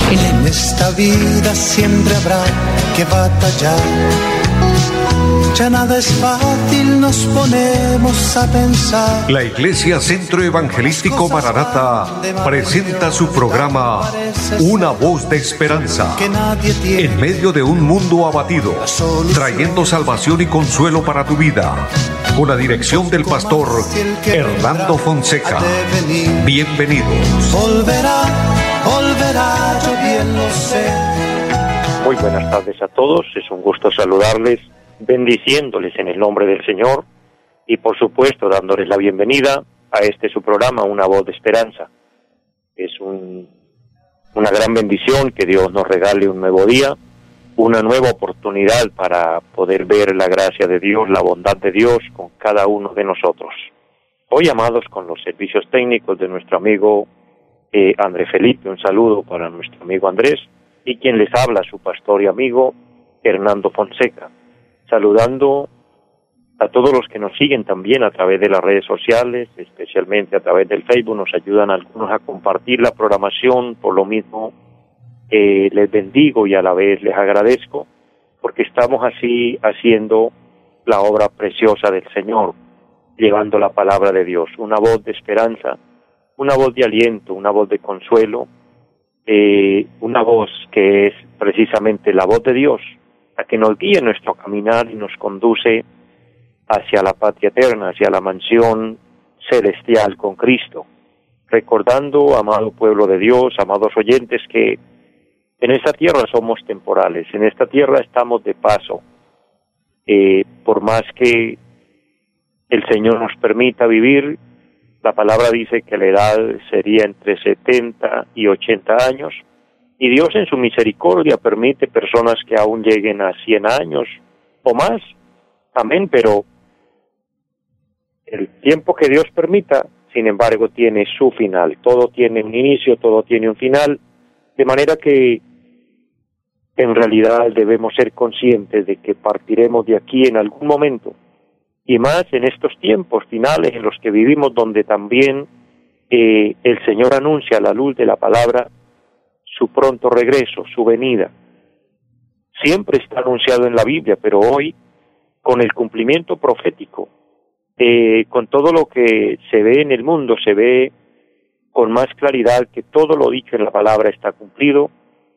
En esta vida siempre habrá que batallar. Ya nada es fácil, nos ponemos a pensar. La Iglesia Centro Evangelístico Maranata presenta su programa Una Voz de Esperanza, en medio de un mundo abatido, trayendo salvación y consuelo para tu vida, con la dirección del pastor Hernando Fonseca. Bienvenidos. Volverá, yo bien lo sé. Muy buenas tardes a todos, es un gusto saludarles, bendiciéndoles en el nombre del Señor y por supuesto dándoles la bienvenida a este su programa, Una Voz de Esperanza. Es una gran bendición que Dios nos regale un nuevo día, una nueva oportunidad para poder ver la gracia de Dios, la bondad de Dios con cada uno de nosotros. Hoy, amados, con los servicios técnicos de nuestro amigo Andrés Felipe, un saludo para nuestro amigo Andrés, y quien les habla, su pastor y amigo Hernando Fonseca, saludando a todos los que nos siguen también a través de las redes sociales, especialmente a través del Facebook. Nos ayudan algunos a compartir la programación, por lo mismo les bendigo y a la vez les agradezco, porque estamos así haciendo la obra preciosa del Señor, llevando la palabra de Dios, una voz de esperanza, una voz de aliento, una voz de consuelo, una voz que es precisamente la voz de Dios, la que nos guía en nuestro caminar y nos conduce hacia la patria eterna, hacia la mansión celestial con Cristo. Recordando, amado pueblo de Dios, amados oyentes, que en esta tierra somos temporales, en esta tierra estamos de paso. Por más que el Señor nos permita vivir, la palabra dice que la edad sería entre 70 y 80 años, y Dios en su misericordia permite personas que aún lleguen a 100 años o más. Amén, pero el tiempo que Dios permita, sin embargo, tiene su final. Todo tiene un inicio, todo tiene un final, de manera que en realidad debemos ser conscientes de que partiremos de aquí en algún momento, y más en estos tiempos finales en los que vivimos, donde también el Señor anuncia a la luz de la palabra su pronto regreso, su venida. Siempre está anunciado en la Biblia, pero hoy, con el cumplimiento profético, con todo lo que se ve en el mundo, se ve con más claridad que todo lo dicho en la palabra está cumplido,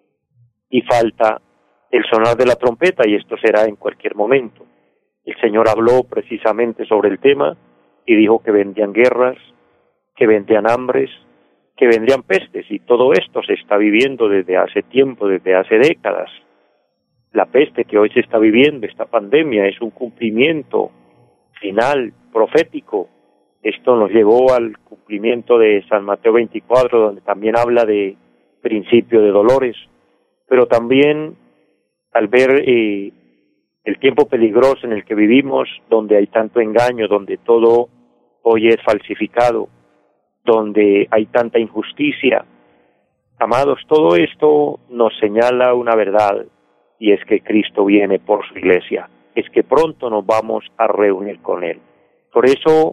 y falta el sonar de la trompeta, y esto será en cualquier momento. El Señor habló precisamente sobre el tema y dijo que vendrían guerras, que vendrían hambres, que vendrían pestes, y todo esto se está viviendo desde hace tiempo, desde hace décadas. La peste que hoy se está viviendo, esta pandemia, es un cumplimiento final, profético. Esto nos llevó al cumplimiento de San Mateo 24, donde también habla de principio de dolores, pero también al ver el tiempo peligroso en el que vivimos, donde hay tanto engaño, donde todo hoy es falsificado, donde hay tanta injusticia. Amados, todo esto nos señala una verdad, y es que Cristo viene por su iglesia, es que pronto nos vamos a reunir con Él. Por eso,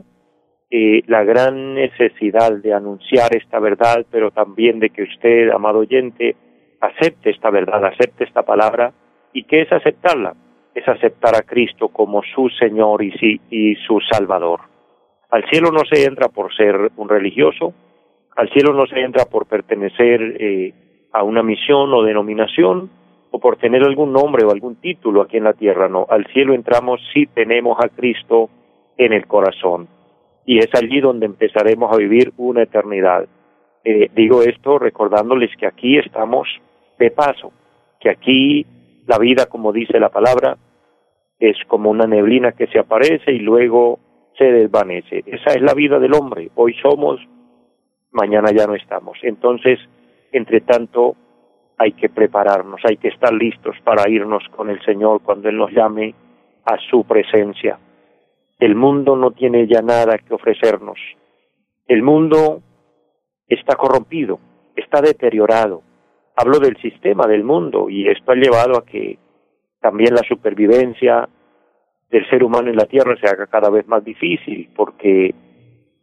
la gran necesidad de anunciar esta verdad, pero también de que usted, amado oyente, acepte esta verdad, acepte esta palabra. ¿Y qué es aceptarla? Es aceptar a Cristo como su Señor y su Salvador. Al cielo no se entra por ser un religioso, al cielo no se entra por pertenecer a una misión o denominación, o por tener algún nombre o algún título aquí en la tierra, no. Al cielo entramos si tenemos a Cristo en el corazón, y es allí donde empezaremos a vivir una eternidad. Digo esto recordándoles que aquí estamos de paso, que aquí la vida, como dice la palabra, es como una neblina que se aparece y luego se desvanece. Esa es la vida del hombre. Hoy somos, mañana ya no estamos. Entonces, entre tanto, hay que prepararnos, hay que estar listos para irnos con el Señor cuando Él nos llame a su presencia. El mundo no tiene ya nada que ofrecernos. El mundo está corrompido, está deteriorado. Hablo del sistema del mundo, y esto ha llevado a que también la supervivencia del ser humano en la tierra se haga cada vez más difícil, porque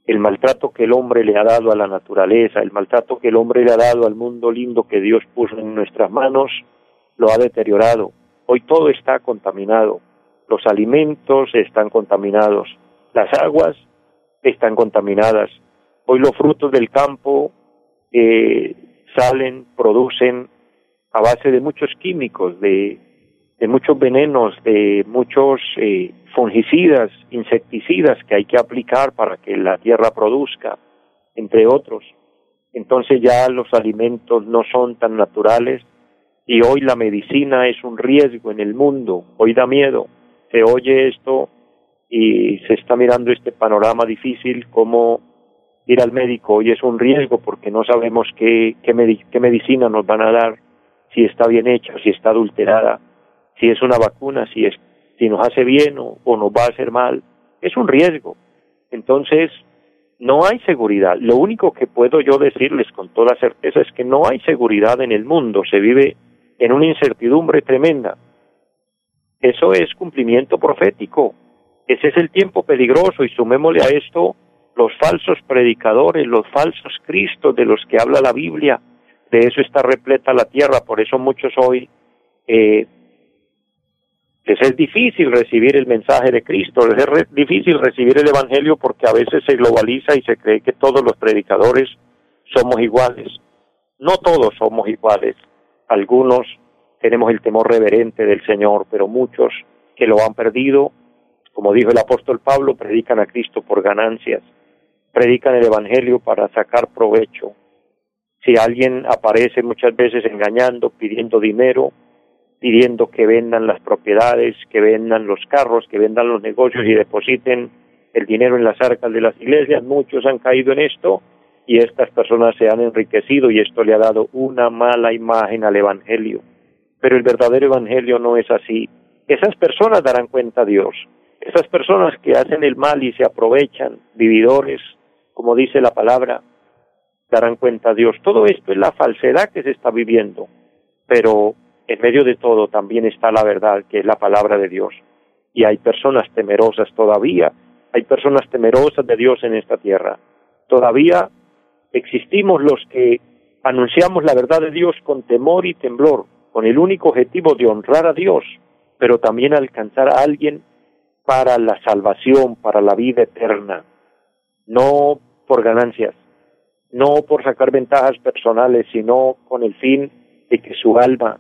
el maltrato que el hombre le ha dado a la naturaleza, el maltrato que el hombre le ha dado al mundo lindo que Dios puso en nuestras manos, lo ha deteriorado. Hoy todo está contaminado, los alimentos están contaminados, las aguas están contaminadas. Hoy los frutos del campo salen, producen a base de muchos químicos, de muchos venenos, de muchos fungicidas, insecticidas que hay que aplicar para que la tierra produzca, entre otros. Entonces ya los alimentos no son tan naturales y hoy la medicina es un riesgo en el mundo. Hoy da miedo, se oye esto y se está mirando este panorama difícil, como ir al médico hoy es un riesgo porque no sabemos qué medicina nos van a dar, si está bien hecha, si está adulterada, si es una vacuna, si nos hace bien o nos va a hacer mal. Es un riesgo. Entonces, no hay seguridad. Lo único que puedo yo decirles con toda certeza es que no hay seguridad en el mundo. Se vive en una incertidumbre tremenda. Eso es cumplimiento profético. Ese es el tiempo peligroso, y sumémosle a esto los falsos predicadores, los falsos cristos de los que habla la Biblia. De eso está repleta la tierra. Por eso muchos hoy les es difícil recibir el mensaje de Cristo, les es difícil recibir el Evangelio porque a veces se globaliza y se cree que todos los predicadores somos iguales. No todos somos iguales. Algunos tenemos el temor reverente del Señor, pero muchos que lo han perdido, como dijo el apóstol Pablo, predican a Cristo por ganancias, predican el Evangelio para sacar provecho. Si alguien aparece muchas veces engañando, pidiendo dinero, pidiendo que vendan las propiedades, que vendan los carros, que vendan los negocios y depositen el dinero en las arcas de las iglesias, muchos han caído en esto y estas personas se han enriquecido y esto le ha dado una mala imagen al Evangelio. Pero el verdadero Evangelio no es así. Esas personas darán cuenta a Dios. Esas personas que hacen el mal y se aprovechan, vividores, como dice la palabra, darán cuenta a Dios. Todo esto es la falsedad que se está viviendo, pero en medio de todo también está la verdad, que es la palabra de Dios. Y hay personas temerosas todavía, hay personas temerosas de Dios en esta tierra. Todavía existimos los que anunciamos la verdad de Dios con temor y temblor, con el único objetivo de honrar a Dios, pero también alcanzar a alguien para la salvación, para la vida eterna, no por ganancias, no por sacar ventajas personales, sino con el fin de que su alma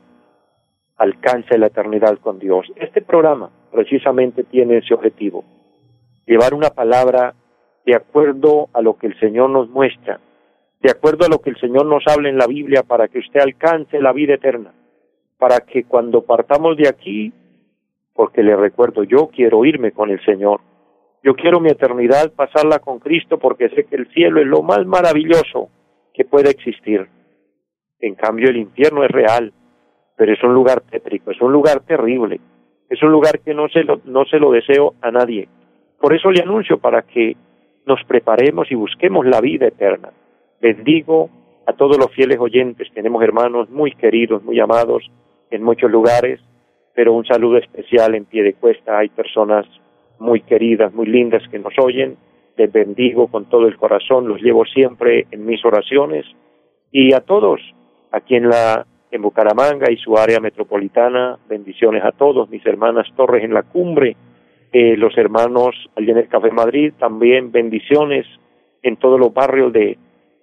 alcance la eternidad con Dios. Este programa precisamente tiene ese objetivo, llevar una palabra de acuerdo a lo que el Señor nos muestra, de acuerdo a lo que el Señor nos habla en la Biblia, para que usted alcance la vida eterna, para que cuando partamos de aquí, porque le recuerdo, yo quiero irme con el Señor, yo quiero mi eternidad pasarla con Cristo, porque sé que el cielo es lo más maravilloso que puede existir. En cambio el infierno es real, pero es un lugar tétrico, es un lugar terrible, es un lugar que no se lo deseo a nadie. Por eso le anuncio, para que nos preparemos y busquemos la vida eterna. Bendigo a todos los fieles oyentes. Tenemos hermanos muy queridos, muy amados en muchos lugares, pero un saludo especial en Piedecuesta. Hay personas muy queridas, muy lindas que nos oyen. Les bendigo con todo el corazón, los llevo siempre en mis oraciones. Y a todos aquí en Bucaramanga y su área metropolitana, bendiciones a todos, mis hermanas Torres en la Cumbre, los hermanos allí en el Café Madrid, también bendiciones en todos los barrios de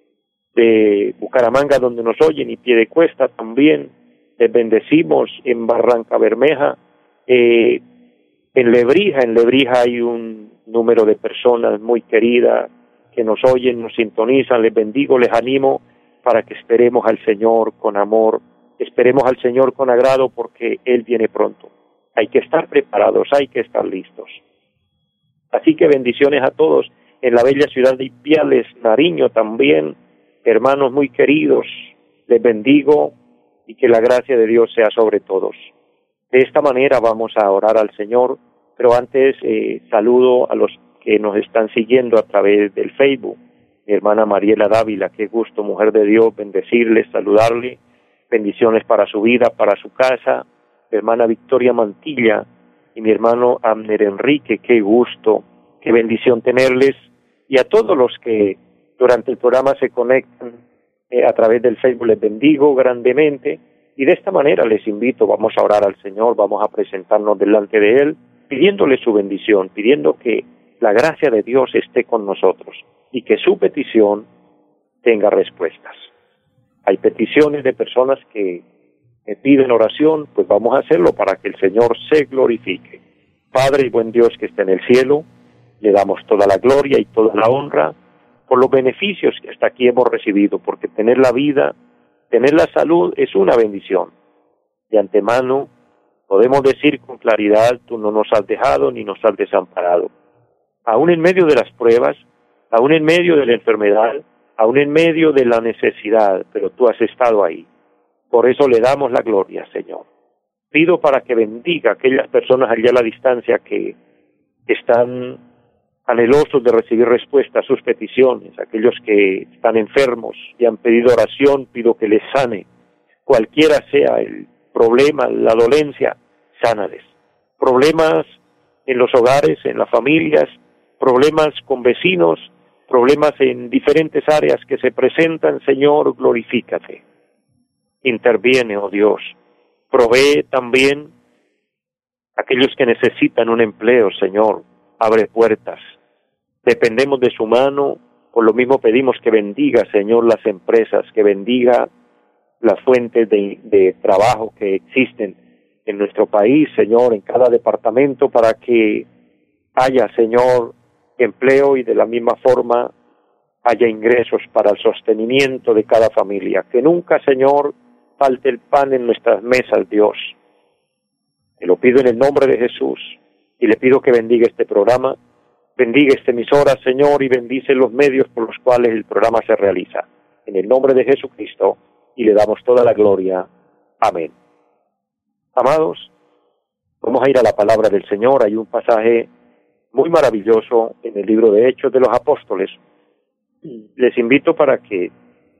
Bucaramanga donde nos oyen, y Piedecuesta también, les bendecimos en Barranca Bermeja, en Lebrija hay un número de personas muy queridas que nos oyen, nos sintonizan, les bendigo, les animo para que esperemos al Señor con amor, esperemos al Señor con agrado, porque Él viene pronto. Hay que estar preparados, hay que estar listos. Así que bendiciones a todos en la bella ciudad de Ipiales, Nariño también, hermanos muy queridos, les bendigo y que la gracia de Dios sea sobre todos. De esta manera vamos a orar al Señor, pero antes saludo a los que nos están siguiendo a través del Facebook. Mi hermana Mariela Dávila, qué gusto, mujer de Dios, bendecirle, saludarle, bendiciones para su vida, para su casa. Mi hermana Victoria Mantilla y mi hermano Abner Enrique, qué gusto, qué bendición tenerles, y a todos los que durante el programa se conectan a través del Facebook. Les bendigo grandemente y de esta manera les invito, vamos a orar al Señor, vamos a presentarnos delante de Él, pidiéndole su bendición, pidiendo que la gracia de Dios esté con nosotros y que su petición tenga respuestas. Hay peticiones de personas que me piden oración, pues vamos a hacerlo para que el Señor se glorifique. Padre y buen Dios que está en el cielo, le damos toda la gloria y toda la honra por los beneficios que hasta aquí hemos recibido, porque tener la vida, tener la salud es una bendición. De antemano podemos decir con claridad, tú no nos has dejado ni nos has desamparado. Aún en medio de las pruebas, aún en medio de la enfermedad, aún en medio de la necesidad, pero tú has estado ahí. Por eso le damos la gloria, Señor. Pido para que bendiga a aquellas personas allá a la distancia que están anhelosos de recibir respuesta a sus peticiones, aquellos que están enfermos y han pedido oración, pido que les sane. Cualquiera sea el problema, la dolencia, sánales. Problemas en los hogares, en las familias, problemas con vecinos, problemas en diferentes áreas que se presentan, Señor, glorifícate. Interviene, oh Dios. Provee también a aquellos que necesitan un empleo, Señor. Abre puertas. Dependemos de su mano, por lo mismo pedimos que bendiga, Señor, las empresas, que bendiga las fuentes de trabajo que existen en nuestro país, Señor, en cada departamento, para que haya, Señor, empleo y de la misma forma haya ingresos para el sostenimiento de cada familia. Que nunca, Señor, falte el pan en nuestras mesas, Dios. Te lo pido en el nombre de Jesús y le pido que bendiga este programa, bendiga esta emisora, Señor, y bendice los medios por los cuales el programa se realiza. En el nombre de Jesucristo, y le damos toda la gloria. Amén. Amados, vamos a ir a la palabra del Señor. Hay un pasaje muy maravilloso en el libro de Hechos de los Apóstoles. Les invito para que,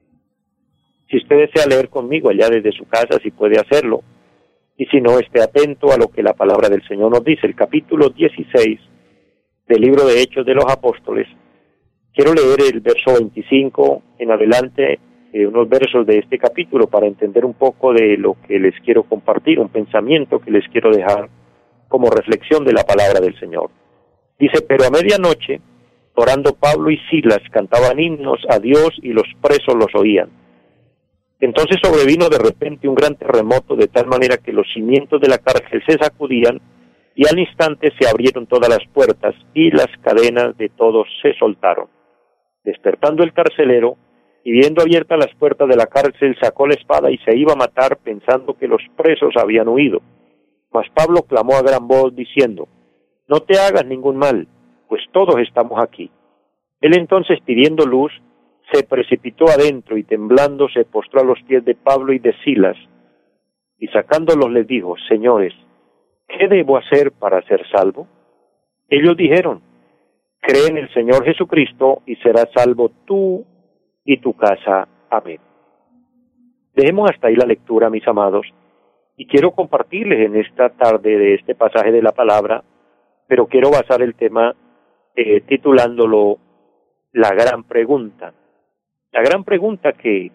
si usted desea leer conmigo allá desde su casa, si puede hacerlo, y si no, esté atento a lo que la palabra del Señor nos dice. El capítulo 16 del libro de Hechos de los Apóstoles. Quiero leer el verso 25 en adelante, unos versos de este capítulo para entender un poco de lo que les quiero compartir, un pensamiento que les quiero dejar como reflexión de la palabra del Señor. Dice, pero a medianoche, orando Pablo y Silas, cantaban himnos a Dios y los presos los oían. Entonces sobrevino de repente un gran terremoto, de tal manera que los cimientos de la cárcel se sacudían, y al instante se abrieron todas las puertas, y las cadenas de todos se soltaron. Despertando el carcelero, y viendo abiertas las puertas de la cárcel, sacó la espada y se iba a matar, pensando que los presos habían huido. Mas Pablo clamó a gran voz, diciendo, no te hagas ningún mal, pues todos estamos aquí. Él entonces, pidiendo luz, se precipitó adentro y temblando se postró a los pies de Pablo y de Silas, y sacándolos les dijo, señores, ¿qué debo hacer para ser salvo? Ellos dijeron, cree en el Señor Jesucristo y serás salvo tú y tu casa. Amén. Dejemos hasta ahí la lectura, mis amados, y quiero compartirles en esta tarde de este pasaje de la palabra, pero quiero basar el tema titulándolo La Gran Pregunta. La gran pregunta que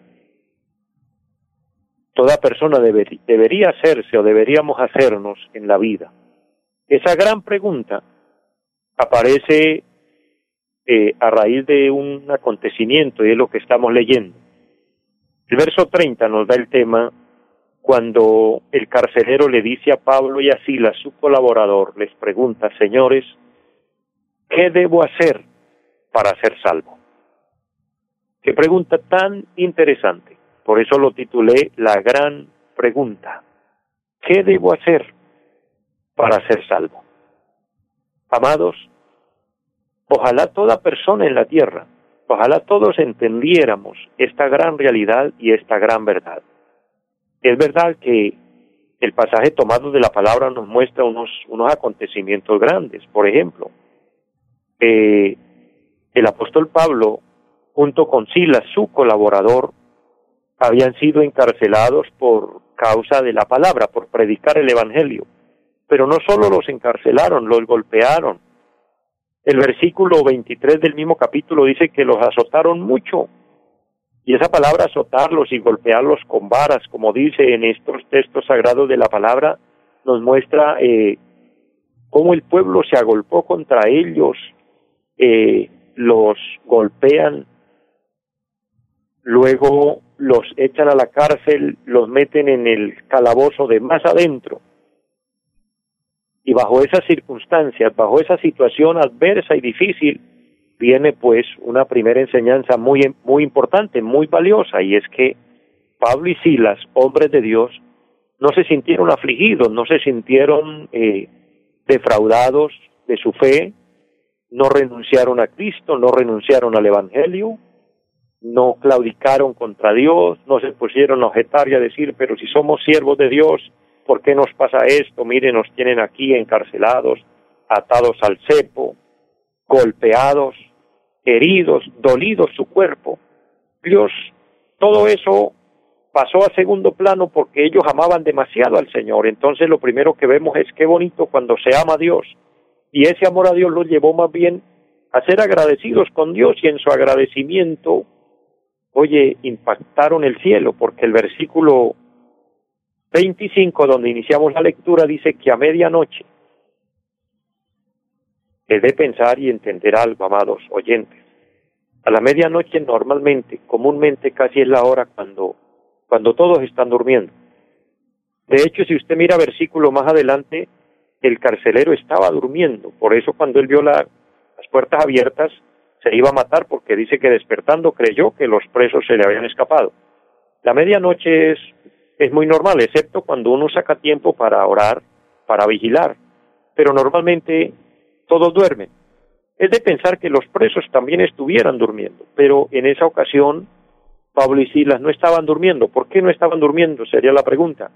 toda persona debería hacerse o deberíamos hacernos en la vida. Esa gran pregunta aparece a raíz de un acontecimiento, y es lo que estamos leyendo. El verso 30 nos da el tema cuando el carcelero le dice a Pablo y a Silas, su colaborador, les pregunta, señores, ¿qué debo hacer para ser salvo? Qué pregunta tan interesante. Por eso lo titulé La Gran Pregunta. ¿Qué debo hacer para ser salvo? Amados, ojalá toda persona en la tierra, ojalá todos entendiéramos esta gran realidad y esta gran verdad. Es verdad que el pasaje tomado de la palabra nos muestra unos acontecimientos grandes. Por ejemplo, el apóstol Pablo, junto con Silas, su colaborador, habían sido encarcelados por causa de la palabra, por predicar el evangelio. Pero no solo los encarcelaron, los golpearon, El versículo 23 del mismo capítulo dice que los azotaron mucho. Y esa palabra azotarlos y golpearlos con varas, como dice en estos textos sagrados de la palabra, nos muestra cómo el pueblo se agolpó contra ellos, los golpean, luego los echan a la cárcel, los meten en el calabozo de más adentro. Y bajo esas circunstancias, bajo esa situación adversa y difícil, viene pues una primera enseñanza muy importante, muy valiosa, y es que Pablo y Silas, hombres de Dios, no se sintieron afligidos, no se sintieron defraudados de su fe, no renunciaron a Cristo, no renunciaron al Evangelio, no claudicaron contra Dios, no se pusieron a objetar y a decir, pero si somos siervos de Dios, ¿por qué nos pasa esto? Miren, nos tienen aquí encarcelados, atados al cepo, golpeados, heridos, dolidos su cuerpo. Dios, todo eso pasó a segundo plano porque ellos amaban demasiado al Señor. Entonces lo primero que vemos es qué bonito cuando se ama a Dios. Y ese amor a Dios los llevó más bien a ser agradecidos con Dios, y en su agradecimiento, impactaron el cielo, porque el versículo 25, donde iniciamos la lectura, dice que a medianoche, es de pensar y entender algo, amados oyentes. A la medianoche normalmente, comúnmente casi es la hora cuando todos están durmiendo. De hecho, si usted mira versículo más adelante, el carcelero estaba durmiendo, por eso cuando él vio las puertas abiertas, se iba a matar, porque dice que despertando creyó que los presos se le habían escapado. La medianoche es muy normal, excepto cuando uno saca tiempo para orar, para vigilar, pero normalmente todos duermen. Es de pensar que los presos también estuvieran durmiendo, pero en esa ocasión Pablo y Silas no estaban durmiendo. ¿Por qué no estaban durmiendo? Sería la pregunta.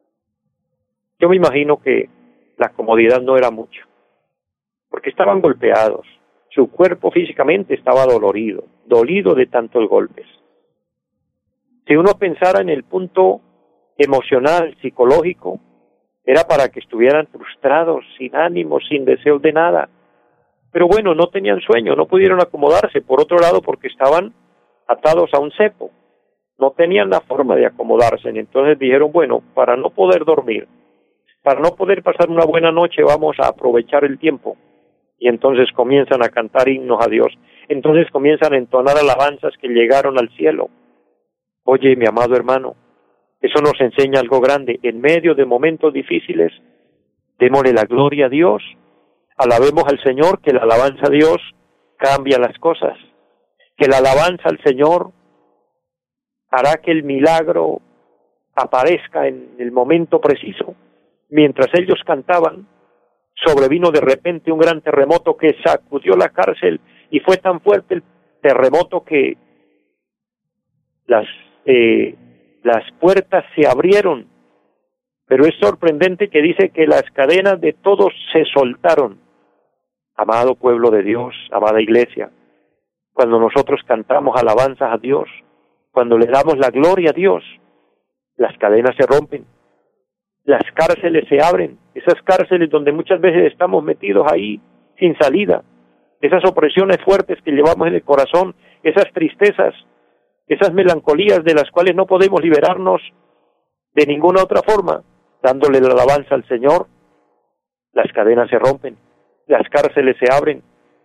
Yo me imagino que la comodidad no era mucho, porque estaban golpeados, su cuerpo físicamente estaba dolido de tantos golpes. Si uno pensara en el punto emocional, psicológico, era para que estuvieran frustrados, sin ánimo, sin deseos de nada. Pero bueno, no tenían sueño, no pudieron acomodarse. Por otro lado, porque estaban atados a un cepo, no tenían la forma de acomodarse. Entonces dijeron, bueno, para no poder dormir, para no poder pasar una buena noche, vamos a aprovechar el tiempo. Y entonces comienzan a cantar himnos a Dios. Entonces comienzan a entonar alabanzas que llegaron al cielo. Oye, mi amado hermano, eso nos enseña algo grande. En medio de momentos difíciles, démosle la gloria a Dios, alabemos al Señor, que la alabanza a Dios cambia las cosas, que la alabanza al Señor hará que el milagro aparezca en el momento preciso. Mientras ellos cantaban, sobrevino de repente un gran terremoto que sacudió la cárcel, y fue tan fuerte el terremoto que las puertas se abrieron. Pero es sorprendente que dice que las cadenas de todos se soltaron. Amado pueblo de Dios, amada iglesia, cuando nosotros cantamos alabanzas a Dios, cuando le damos la gloria a Dios, las cadenas se rompen, las cárceles se abren, esas cárceles donde muchas veces estamos metidos ahí sin salida, esas opresiones fuertes que llevamos en el corazón, esas tristezas, esas melancolías de las cuales no podemos liberarnos de ninguna otra forma, dándole la alabanza al Señor, las cadenas se rompen, las cárceles se abren,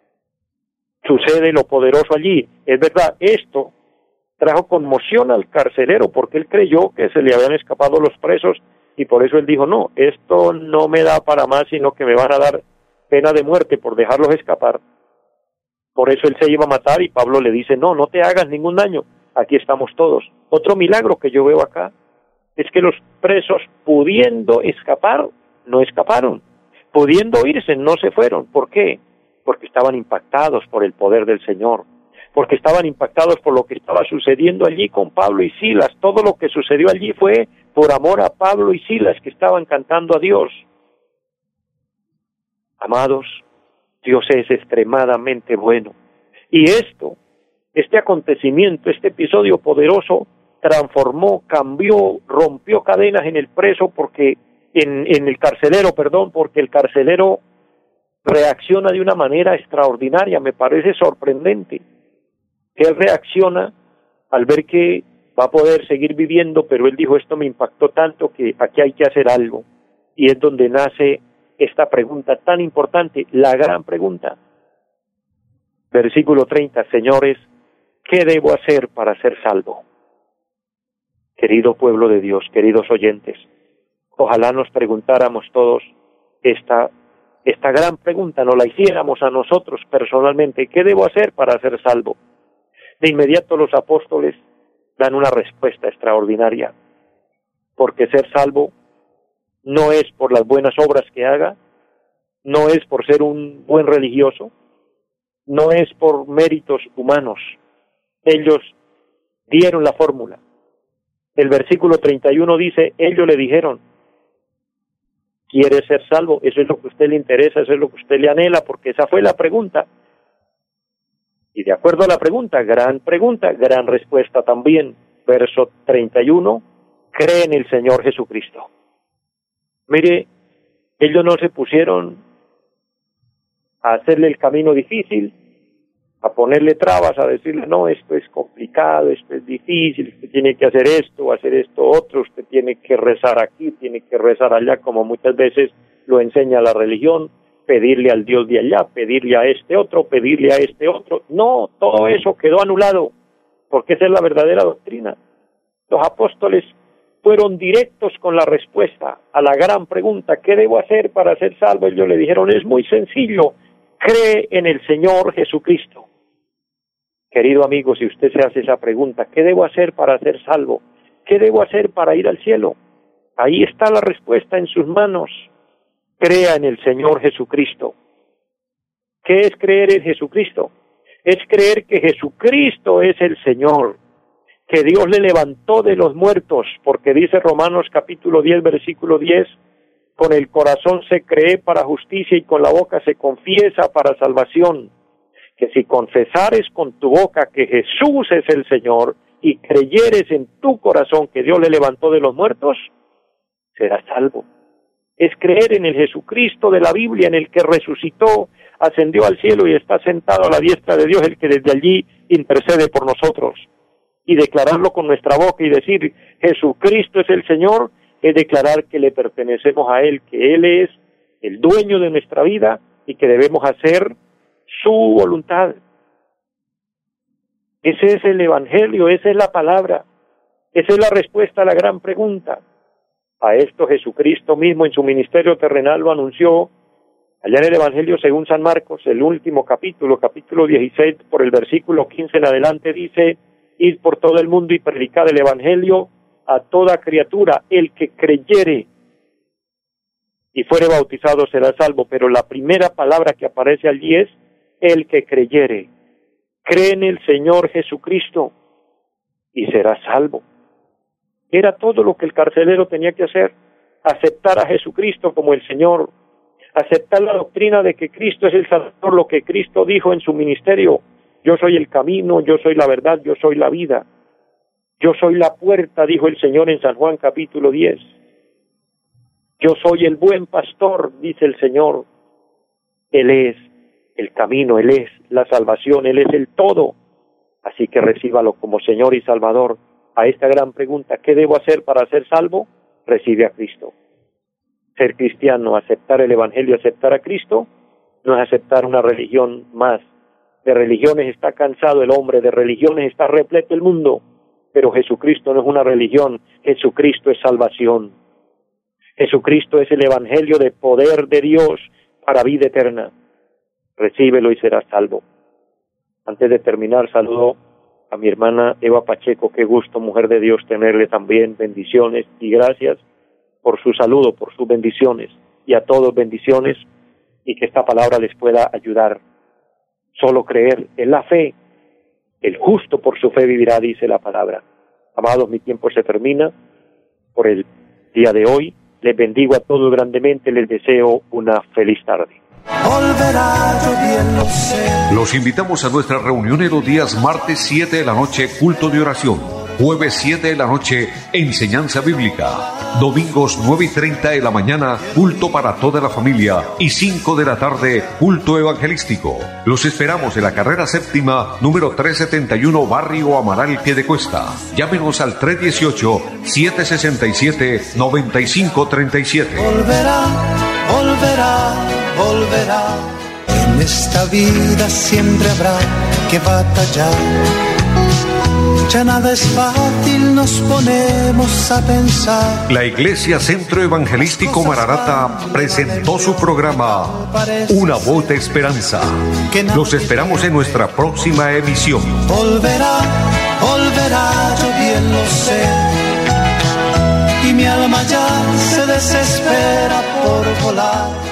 sucede lo poderoso allí. Es verdad, esto trajo conmoción al carcelero, porque él creyó que se le habían escapado los presos, y por eso él dijo, no, esto no me da para más, sino que me van a dar pena de muerte por dejarlos escapar. Por eso él se iba a matar, y Pablo le dice, no te hagas ningún daño, aquí estamos todos. Otro milagro que yo veo acá es que los presos, pudiendo escapar, no escaparon, pudiendo irse, no se fueron. ¿Por qué? Porque estaban impactados por el poder del Señor, porque estaban impactados por lo que estaba sucediendo allí con Pablo y Silas. Todo lo que sucedió allí fue por amor a Pablo y Silas, que estaban cantando a Dios. Amados, Dios es extremadamente bueno. Y este acontecimiento, este episodio poderoso, transformó, cambió, rompió cadenas en el preso, porque en el carcelero, porque el carcelero reacciona de una manera extraordinaria, me parece sorprendente. Él reacciona al ver que va a poder seguir viviendo, pero él dijo, esto me impactó tanto que aquí hay que hacer algo. Y es donde nace esta pregunta tan importante, la gran pregunta. Versículo 30, señores, ¿qué debo hacer para ser salvo? Querido pueblo de Dios, queridos oyentes, ojalá nos preguntáramos todos esta gran pregunta, nos la hiciéramos a nosotros personalmente, ¿qué debo hacer para ser salvo? De inmediato los apóstoles dan una respuesta extraordinaria, porque ser salvo no es por las buenas obras que haga, no es por ser un buen religioso, no es por méritos humanos. Ellos dieron la fórmula. El versículo 31 dice, ellos le dijeron, ¿quiere ser salvo? Eso es lo que a usted le interesa, eso es lo que a usted le anhela, porque esa fue la pregunta. Y de acuerdo a la pregunta, gran respuesta también. Verso 31, cree en el Señor Jesucristo. Mire, ellos no se pusieron a hacerle el camino difícil, a ponerle trabas, a decirle, no, esto es complicado, esto es difícil, usted tiene que hacer esto otro, usted tiene que rezar aquí, tiene que rezar allá, como muchas veces lo enseña la religión, pedirle al Dios de allá, pedirle a este otro. No, todo eso quedó anulado, porque esa es la verdadera doctrina. Los apóstoles fueron directos con la respuesta a la gran pregunta, ¿qué debo hacer para ser salvo? Ellos le dijeron, es muy sencillo, cree en el Señor Jesucristo. Querido amigo, si usted se hace esa pregunta, ¿qué debo hacer para ser salvo? ¿Qué debo hacer para ir al cielo? Ahí está la respuesta en sus manos. Crea en el Señor Jesucristo. ¿Qué es creer en Jesucristo? Es creer que Jesucristo es el Señor, que Dios le levantó de los muertos, porque dice Romanos capítulo 10, versículo 10, con el corazón se cree para justicia y con la boca se confiesa para salvación. Que si confesares con tu boca que Jesús es el Señor y creyeres en tu corazón que Dios le levantó de los muertos, serás salvo. Es creer en el Jesucristo de la Biblia, en el que resucitó, ascendió al cielo y está sentado a la diestra de Dios, el que desde allí intercede por nosotros. Y declararlo con nuestra boca y decir, Jesucristo es el Señor, es declarar que le pertenecemos a Él, que Él es el dueño de nuestra vida y que debemos hacer su voluntad. Ese es el Evangelio, esa es la palabra, esa es la respuesta a la gran pregunta. A esto Jesucristo mismo en su ministerio terrenal lo anunció allá en el Evangelio según San Marcos, el último capítulo 16, por el versículo 15 en adelante dice, id por todo el mundo y predicad el Evangelio a toda criatura, el que creyere y fuere bautizado será salvo, pero la primera palabra que aparece allí es el que creyere. Cree en el Señor Jesucristo y será salvo. Era todo lo que el carcelero tenía que hacer, aceptar a Jesucristo como el Señor, aceptar la doctrina de que Cristo es el Salvador, lo que Cristo dijo en su ministerio, yo soy el camino, yo soy la verdad, yo soy la vida, yo soy la puerta, dijo el Señor en San Juan capítulo 10. Yo soy el buen pastor, dice el Señor. Él es el camino, Él es la salvación, Él es el todo. Así que recíbalo como Señor y Salvador. A esta gran pregunta, ¿qué debo hacer para ser salvo? Recibe a Cristo. Ser cristiano, aceptar el Evangelio, aceptar a Cristo, no es aceptar una religión más. De religiones está cansado el hombre, de religiones está repleto el mundo, pero Jesucristo no es una religión, Jesucristo es salvación. Jesucristo es el Evangelio de poder de Dios para vida eterna. Recíbelo y serás salvo. Antes de terminar, saludo a mi hermana Eva Pacheco. Qué gusto, mujer de Dios, tenerle también. Bendiciones y gracias por su saludo, por sus bendiciones. Y a todos bendiciones y que esta palabra les pueda ayudar. Solo creer en la fe. El justo por su fe vivirá, dice la palabra. Amados, mi tiempo se termina por el día de hoy. Les bendigo a todos grandemente, les deseo una feliz tarde. Los invitamos a nuestra reunión en los días martes 7 de la noche, culto de oración. Jueves 7 de la noche, enseñanza bíblica. Domingos 9:30 de la mañana, culto para toda la familia. Y 5 de la tarde, culto evangelístico. Los esperamos en la carrera séptima, número 371, Barrio Amaral, Piedecuesta. Llámenos al 318-767-9537. Volverá, volverá, volverá. En esta vida siempre habrá que batallar. Ya nada es fácil, nos ponemos a pensar. La Iglesia Centro Evangelístico Mararata presentó su programa Una Voz de Esperanza. Los esperamos en nuestra próxima emisión. Volverá, volverá, yo bien lo sé. Y mi alma ya se desespera por volar.